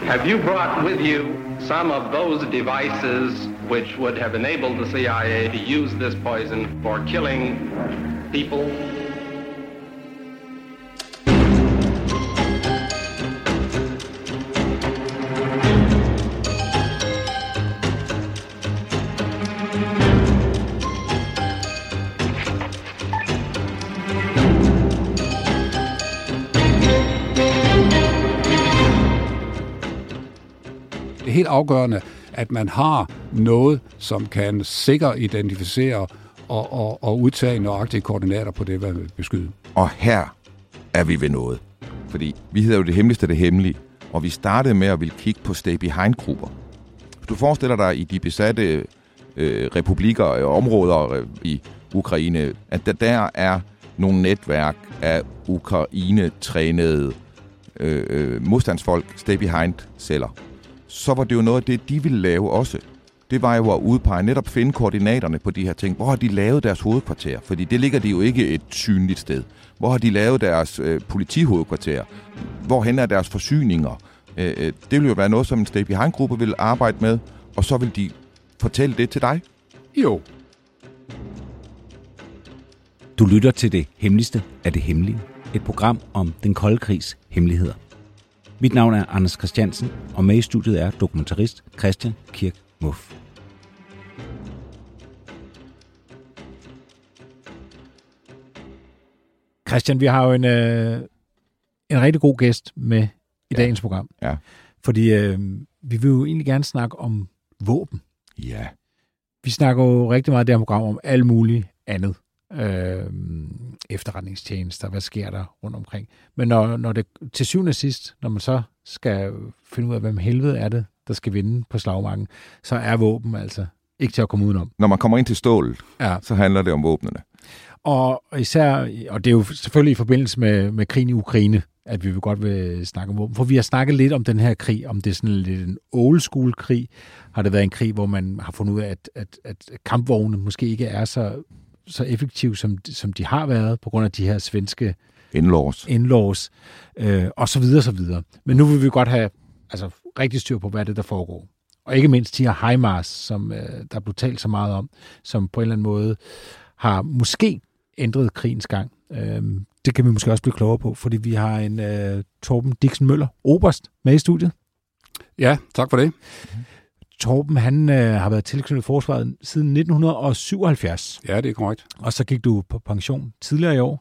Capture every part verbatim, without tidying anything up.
Have you brought with you some of those devices which would have enabled the C I A to use this poison for killing people? Det er helt afgørende, at man har noget, som kan sikkert identificere og, og, og udtage nøjagtige koordinater på det, man vil beskyde. Og her er vi ved noget. Fordi vi hedder jo det hemmeligste det hemmelige, og vi startede med at ville kigge på stay-behind-grupper. Hvis du forestiller dig i de besatte øh, republikker og områder øh, i Ukraine, at der, der er nogle netværk af Ukraine-trænede øh, øh, modstandsfolk, stay-behind-celler, så var det jo noget af det, de ville lave også. Det var jo at udpege, netop finde koordinaterne på de her ting. Hvor har de lavet deres hovedkvarter? Fordi det ligger de jo ikke et synligt sted. Hvor har de lavet deres øh, politihovedkvarter? Hvorhen er deres forsyninger? Øh, det ville jo være noget, som en stay-behind-gruppe vil arbejde med, og så vil de fortælle det til dig. Jo. Du lytter til Det Hemmeligste af det Hemmelige. Et program om den kolde krigs hemmeligheder. Mit navn er Anders Christiansen, og med i studiet er dokumentarist Christian Kirk Muff. Christian, vi har jo en, øh, en rigtig god gæst med i ja. dagens program. Ja. Fordi øh, vi vil jo egentlig gerne snakke om våben. Ja. Vi snakker jo rigtig meget i det her program om alt muligt andet. Øh, efterretningstjenester, hvad sker der rundt omkring. Men når, når det til syvende og sidst, når man så skal finde ud af, hvem helvede er det, der skal vinde på slagmarken, så er våben altså ikke til at komme udenom. Når man kommer ind til stålet, ja. så handler det om våbnene. Og især, og det er jo selvfølgelig i forbindelse med, med krigen i Ukraine, at vi vil godt vil snakke om våben. For vi har snakket lidt om den her krig, om det er sådan lidt en old school krig. Har det været en krig, hvor man har fundet ud af, at, at, at kampvogne måske ikke er så så effektive, som, som de har været, på grund af de her svenske indlaws, indlaws øh, og så videre, så videre. Men nu vil vi godt have altså, rigtig styr på, hvad det der foregår. Og ikke mindst de her HIMARS, som øh, der blev talt så meget om, som på en eller anden måde har måske ændret krigens gang. Øh, det kan vi måske også blive klogere på, fordi vi har en øh, Torben Dixen Møller, oberst, med i studiet. Ja, tak for det. Torben, han øh, har været tilknyttet forsvaret siden nitten syvoghalvfjerds. Ja, det er korrekt. Og så gik du på pension tidligere i år.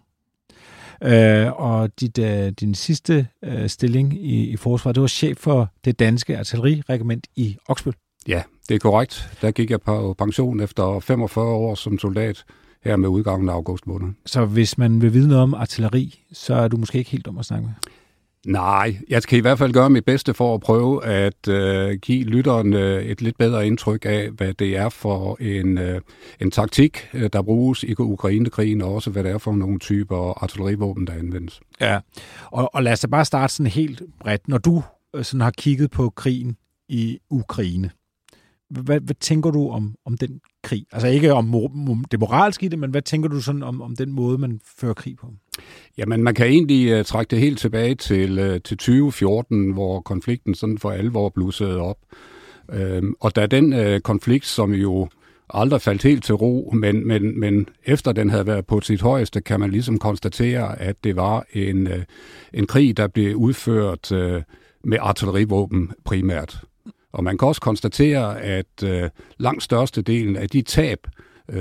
Øh, og dit, øh, din sidste øh, stilling i, i forsvaret, det var chef for det danske artilleriregiment i Oksbøl. Ja, det er korrekt. Der gik jeg på pension efter femogfyrre år som soldat, her med udgangen af august måned. Så hvis man vil vide noget om artilleri, så er du måske ikke helt dum at snakke med? Nej, jeg skal i hvert fald gøre mit bedste for at prøve at øh, give lytteren øh, et lidt bedre indtryk af, hvad det er for en, øh, en taktik, øh, der bruges i Ukraine-krigen, og også hvad det er for nogle typer artillerivåben, der anvendes. Ja, og, og lad os da bare starte sådan helt bredt. Når du øh, sådan har kigget på krigen i Ukraine, hvad, hvad tænker du om, om den krig? Altså ikke om, om det moralske i det, men hvad tænker du sådan om, om den måde, man fører krig på? Jamen, man kan egentlig uh, trække det helt tilbage til, uh, til tyve fjorten, hvor konflikten sådan for alvor blussede op. Uh, og da den uh, konflikt, som jo aldrig faldt helt til ro, men, men, men efter den havde været på sit højeste, kan man ligesom konstatere, at det var en, uh, en krig, der blev udført uh, med artillerivåben primært. Og man kan også konstatere, at uh, langt størstedelen af de tab, uh,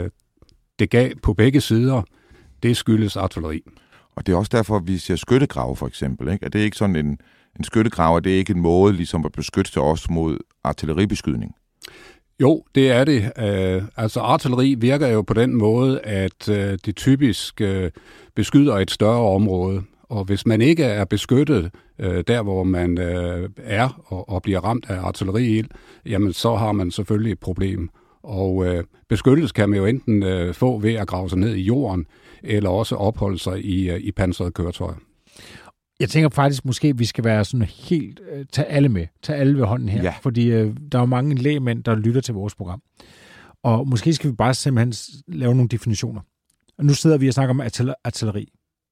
det gav på begge sider, det skyldes artilleri. Og det er også derfor, vi ser skyttegrave for eksempel. Ikke? At det er ikke sådan en, en skyttegrave, det er ikke en måde ligesom at beskytte os mod artilleribeskydning. Jo, det er det. Uh, altså artilleri virker jo på den måde, at uh, det typisk uh, beskyder et større område. Og hvis man ikke er beskyttet uh, der, hvor man uh, er og, og bliver ramt af artilleriild, jamen så har man selvfølgelig et problem. Og øh, beskyttelse kan man jo enten øh, få ved at grave sig ned i jorden, eller også opholde sig i, øh, i pansrede køretøjer. Jeg tænker faktisk måske, at vi skal være sådan helt, øh, tage alle med, tage alle ved hånden her, ja. fordi øh, der er jo mange lægmænd, der lytter til vores program. Og måske skal vi bare simpelthen lave nogle definitioner. Og nu sidder vi og snakker om artilleri.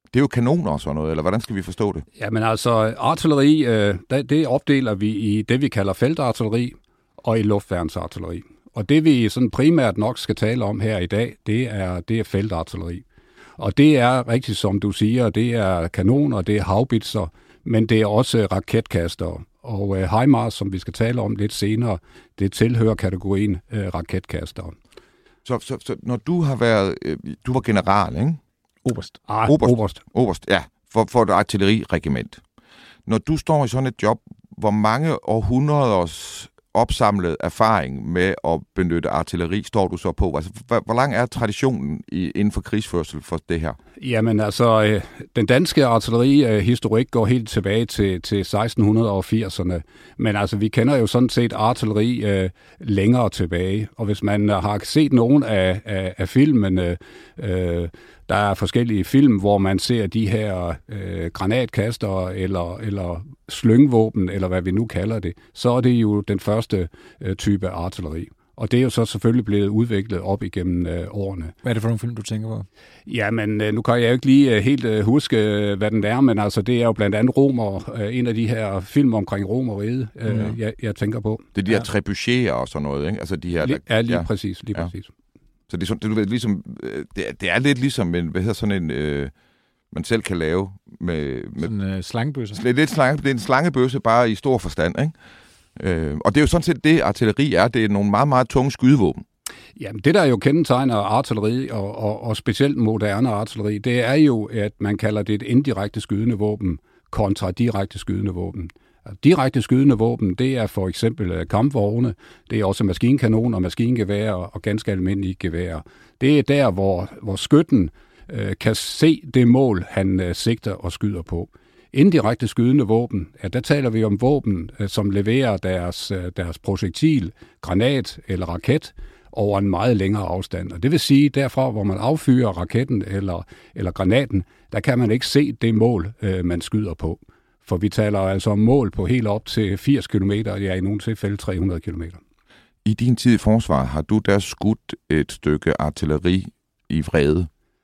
det er jo kanoner og sådan noget, eller hvordan skal vi forstå det? Jamen altså, artilleri, øh, det, det opdeler vi i det, vi kalder feltartilleri og i luftværnsartilleri. Og det, vi sådan primært nok skal tale om her i dag, det er, det er feltartilleri. Og det er rigtigt, som du siger, det er kanoner, det er haubitser, men det er også raketkastere. Og øh, HIMARS, som vi skal tale om lidt senere, det tilhører kategorien øh, raketkastere. Så, så, så når du har været, øh, du var general, ikke? Oberst. Ah, Oberst. oberst. Oberst, ja, for, for et artilleriregiment. Når du står i sådan et job, hvor mange århundreders opsamlet erfaring med at benytte artilleri står du så på? Altså, hvor, hvor lang er traditionen i, inden for krigsførsel for det her? Jamen altså, øh, den danske artillerihistorik går helt tilbage til, til seksten firserne, men altså, vi kender jo sådan set artilleri øh, længere tilbage, og hvis man har set nogen af, af, af filmene, øh, der er forskellige film, hvor man ser de her øh, granatkaster eller, eller slyngvåben, eller hvad vi nu kalder det, så er det jo den første øh, type artilleri. Og det er jo så selvfølgelig blevet udviklet op igennem øh, årene. Hvad er det for nogle film, du tænker på? Jamen, øh, nu kan jeg jo ikke lige øh, helt øh, huske, øh, hvad den er, men altså, det er jo blandt andet Romer, øh, en af de her film omkring Romeriet, øh, mm. jeg, jeg tænker på. Det er de her ja. trebucheter og sådan noget, ikke? Altså de her... Der, ja, lige ja. præcis, lige ja. præcis. Så det er, sådan, det, er ligesom, det, er, det er lidt ligesom en, hvad hedder sådan en, øh, man selv kan lave med... med sådan en øh, slangebøsse. Det er, lidt slange, det er en slangebøsse, bare i stor forstand, ikke? Øh, og det er jo sådan set det, artilleri er. Det er nogle meget, meget tunge skydevåben. Jamen, det der jo kendetegner artilleri, og, og, og specielt moderne artilleri, det er jo, at man kalder det et indirekte skydende våben kontra direkte skydende våben. Direkte skydende våben, det er for eksempel kampvogne, det er også maskinkanoner, maskingeværer og ganske almindelige geværer. Det er der, hvor, hvor skytten øh, kan se det mål, han øh, sigter og skyder på. Indirekte skydende våben, ja, der taler vi om våben, øh, som leverer deres, øh, deres projektil, granat eller raket over en meget længere afstand. Og det vil sige, derfra hvor man affyrer raketten eller, eller granaten, der kan man ikke se det mål, øh, man skyder på. For vi taler altså om mål på helt op til firs kilometer, ja i nogle tilfælde tre hundrede kilometer. I din tid i forsvaret har du da skudt et stykke artilleri i vrede?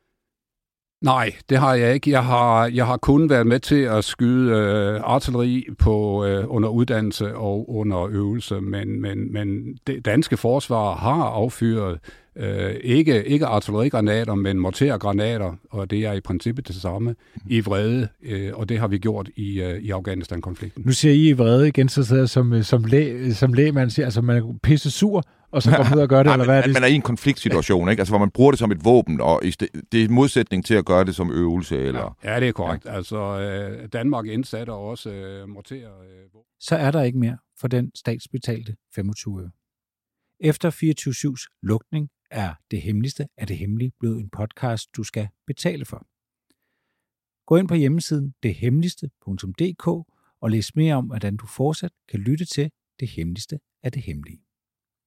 Nej, det har jeg ikke. Jeg har, jeg har kun været med til at skyde øh, artilleri på, øh, under uddannelse og under øvelse, men, men, men det danske forsvar har affyret øh, ikke, ikke artillerigranater, men mortergranater, og det er i princippet det samme, i vrede, øh, og det har vi gjort i, øh, i Afghanistan-konflikten. Nu siger I i vrede igen, så sidder jeg som, som, læ, som lægmand siger, altså man er pisse sur, og så går man ud og gør det, ja, eller hvad er det? Man er i en konfliktsituation, ikke? Altså hvor man bruger det som et våben, og det er en modsætning til at gøre det som øvelse, eller... Ja, ja det er korrekt. Ja. Altså, øh, Danmark indsatte også øh, morter... Øh, så er der ikke mere for den statsbetalte femogtyve øre. Efter fireogtyve syvs lukning er Det Hemmeligste af det Hemmelige blevet en podcast, du skal betale for. Gå ind på hjemmesiden det hemmeligste punktum d k og læs mere om, hvordan du fortsat kan lytte til Det Hemmeligste af det Hemmelige.